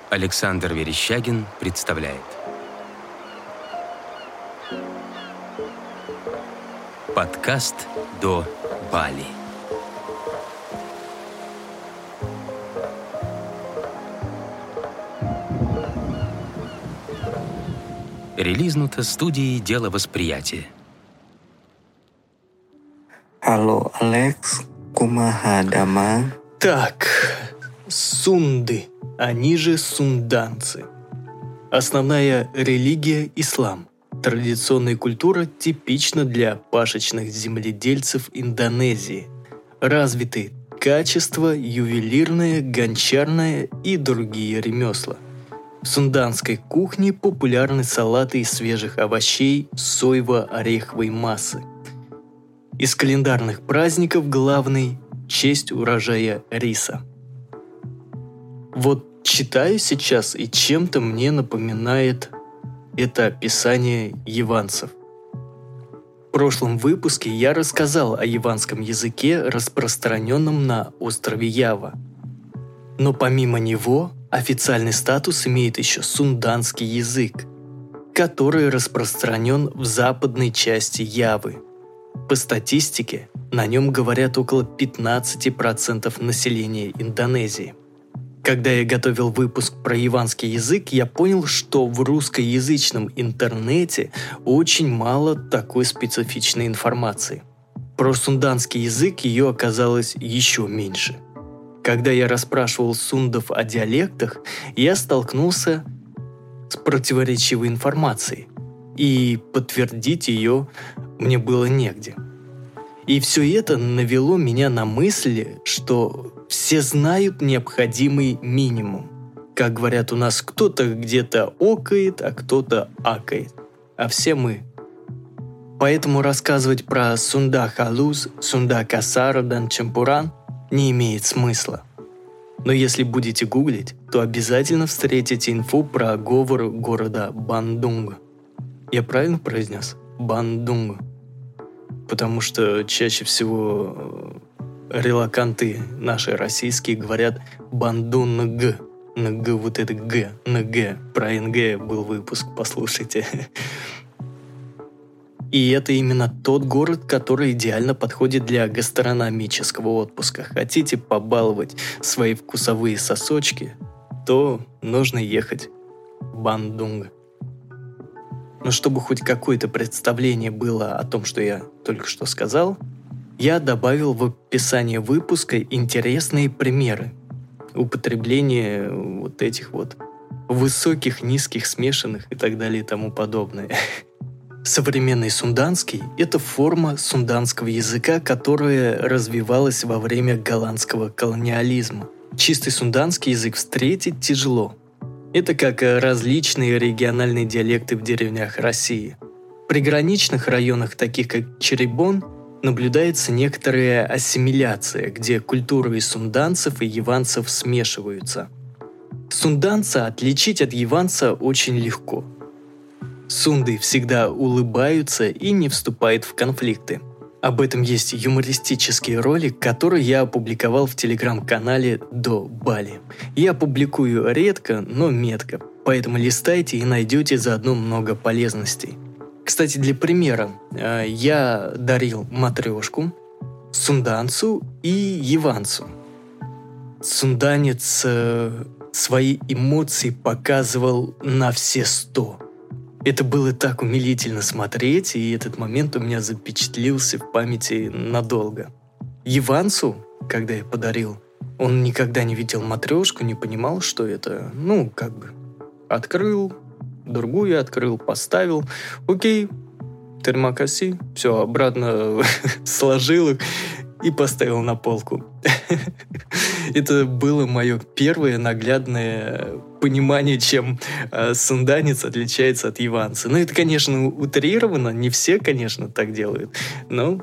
Александр Верещагин представляет. Подкаст «До Бали». Релизнуто студией «Дело восприятия». Halo Alex, kumaha damang? Так, сунды, они же сунданцы. Основная религия – ислам. Традиционная культура типична для пашечных земледельцев Индонезии. Развиты качество, ювелирное, гончарное и другие ремесла. В сунданской кухне популярны салаты из свежих овощей соево-ореховой массы. Из календарных праздников главный – честь урожая риса. Вот читаю сейчас, и чем-то мне напоминает это описание яванцев. В прошлом выпуске я рассказал о яванском языке, распространенном на острове Ява. Но помимо него официальный статус имеет еще сунданский язык, который распространен в западной части Явы. По статистике, на нем говорят около 15% населения Индонезии. Когда я готовил выпуск про яванский язык, я понял, что в русскоязычном интернете очень мало такой специфичной информации. Про сунданский язык ее оказалось еще меньше. Когда я расспрашивал сундов о диалектах, я столкнулся с противоречивой информацией, и подтвердить ее мне было негде. И все это навело меня на мысли, что все знают необходимый минимум. Как говорят у нас, кто-то где-то окает, а кто-то акает. А все мы. Поэтому рассказывать про Сунда Халус, Сунда Касара, Дан Чампуран не имеет смысла. Но если будете гуглить, то обязательно встретите инфу про говор города Бандунг. Я правильно произнес? Бандунг. Потому что чаще всего релаканты наши российские говорят Бандунг. На Г вот это Г. На Г. Про НГ был выпуск, послушайте. И это именно тот город, который идеально подходит для гастрономического отпуска. Хотите побаловать свои вкусовые сосочки, то нужно ехать в Бандунг. Но чтобы хоть какое-то представление было о том, что я только что сказал, я добавил в описание выпуска интересные примеры употребления вот этих вот высоких, низких, смешанных и так далее и тому подобное. Современный сунданский – это форма сунданского языка, которая развивалась во время голландского колониализма. Чистый сунданский язык встретить тяжело. Это как различные региональные диалекты в деревнях России. В приграничных районах, таких как Чиребон, наблюдается некоторая ассимиляция, где культуры сунданцев и яванцев смешиваются. Сунданца отличить от яванца очень легко. Сунды всегда улыбаются и не вступают в конфликты. Об этом есть юмористический ролик, который я опубликовал в телеграм-канале «До Бали». Я публикую редко, но метко, поэтому листайте и найдете заодно много полезностей. Кстати, для примера, я дарил матрешку сунданцу и яванцу. Сунданец свои эмоции показывал на все 100. Это было так умилительно смотреть, и этот момент у меня запечатлился в памяти надолго. Яванцу, когда я подарил, он никогда не видел матрешку, не понимал, что это. Открыл, другую открыл, поставил. Окей, термакаси, все, обратно сложил их и поставил на полку. Это было мое первое наглядное понимание, чем сунданец отличается от яванца. Это, конечно, утрировано, не все, конечно, так делают, но.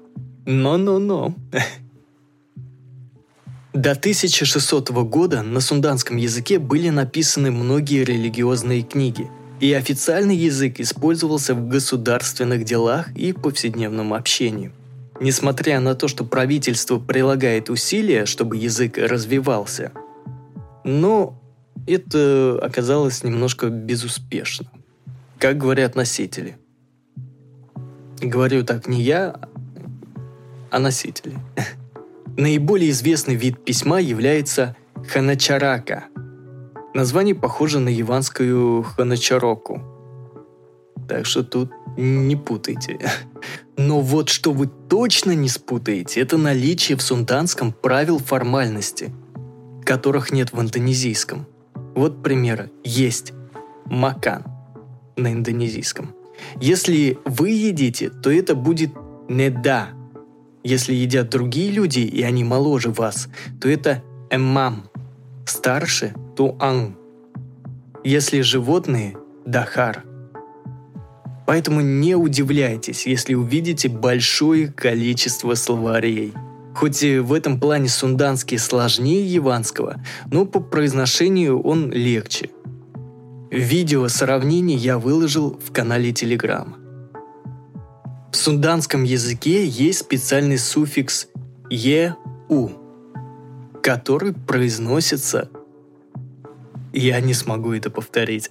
До 1600 года на сунданском языке были написаны многие религиозные книги, и официальный язык использовался в государственных делах и повседневном общении. Несмотря на то, что правительство прилагает усилия, чтобы язык развивался, но это оказалось немножко безуспешно. Как говорят носители. Говорю так не я, а носители. Наиболее известный вид письма является ханачарака. Название похоже на яванскую ханачароку. Так что тут не путайте. Но вот что вы точно не спутаете, это наличие в сунданском правил формальности, которых нет в индонезийском. Вот примеры. Есть макан на индонезийском. Если вы едите, то это будет неда. Если едят другие люди, и они моложе вас, то это эммам. Старше – туан. Если животные – дахар. Поэтому не удивляйтесь, если увидите большое количество словарей. Хоть и в этом плане сунданский сложнее яванского, но по произношению он легче. Видео сравнений я выложил в канале Telegram. В сунданском языке есть специальный суффикс «е-у», который произносится... Я не смогу это повторить.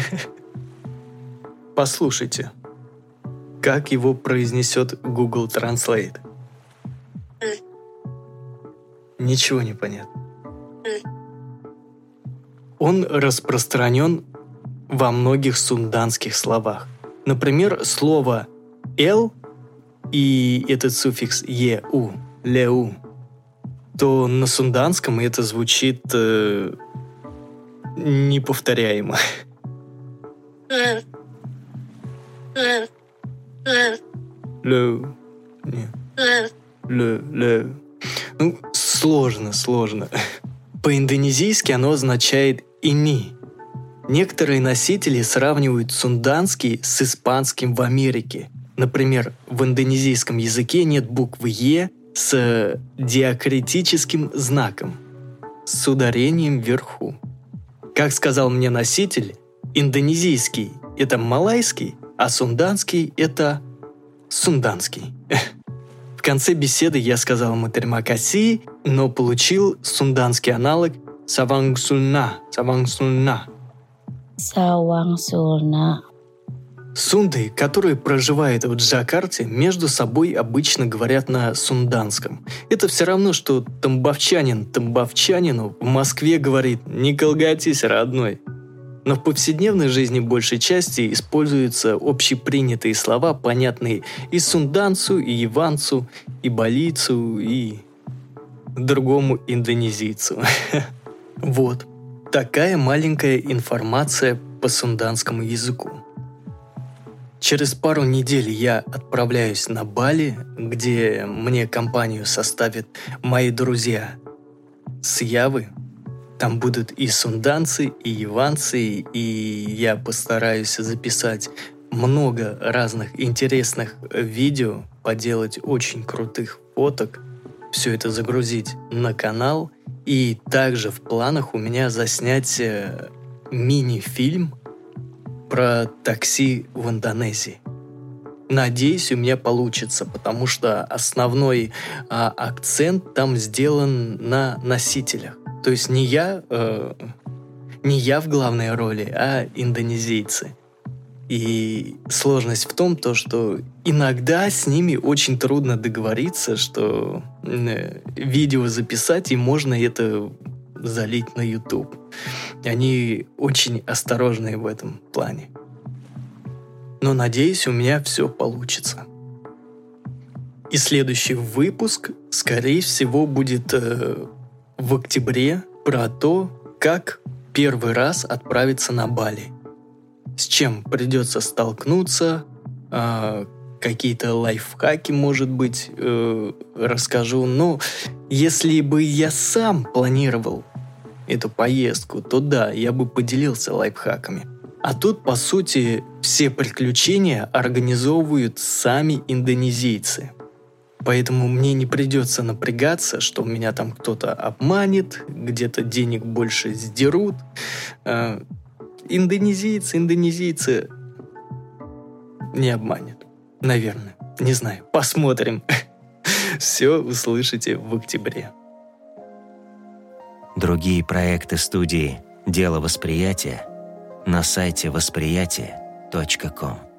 Послушайте, как его произнесет Google Translate. Ничего не понятно. Он распространен во многих сунданских словах. Например, слово «эл» и этот суффикс «е-у», «леу», то на сунданском это звучит неповторяемо. Леу. Нет. Леу. Ну, сложно. По-индонезийски оно означает «ини». Некоторые носители сравнивают сунданский с испанским в Америке. Например, в индонезийском языке нет буквы «е» с диакритическим знаком, с ударением вверху. Как сказал мне носитель, индонезийский – это малайский, а сунданский – это сунданский. В конце беседы я сказал ему терма каси, но получил сунданский аналог савангсульна. Сунды, которые проживают в Джакарте, между собой обычно говорят на сунданском. Это все равно, что тамбовчанин тамбовчанину в Москве говорит «не колготись, родной». Но в повседневной жизни большей части используются общепринятые слова, понятные и сунданцу, и яванцу, и балийцу, и другому индонезийцу. Вот такая маленькая информация по сунданскому языку. Через пару недель я отправляюсь на Бали, где мне компанию составят мои друзья с Явы. Там будут и сунданцы, и яванцы, и я постараюсь записать много разных интересных видео, поделать очень крутых фоток, все это загрузить на канал. И также в планах у меня заснять мини-фильм про такси в Индонезии. Надеюсь, у меня получится, потому что основной акцент там сделан на носителях. То есть не я в главной роли, а индонезийцы. И сложность в том, что иногда с ними очень трудно договориться, что видео записать, и можно это залить на YouTube. Они очень осторожные в этом плане. Но надеюсь, у меня все получится. И следующий выпуск, скорее всего, будет в октябре про то, как первый раз отправиться на Бали. С чем придется столкнуться, какие-то лайфхаки, может быть, расскажу. Но если бы я сам планировал эту поездку, то да, я бы поделился лайфхаками. А тут, по сути, все приключения организовывают сами индонезийцы. Поэтому мне не придется напрягаться, что меня там кто-то обманет, где-то денег больше сдерут. Индонезийцы не обманет. Наверное. Не знаю. Посмотрим. Все услышите в октябре. Другие проекты студии Дело восприятия на сайте восприятие.ком.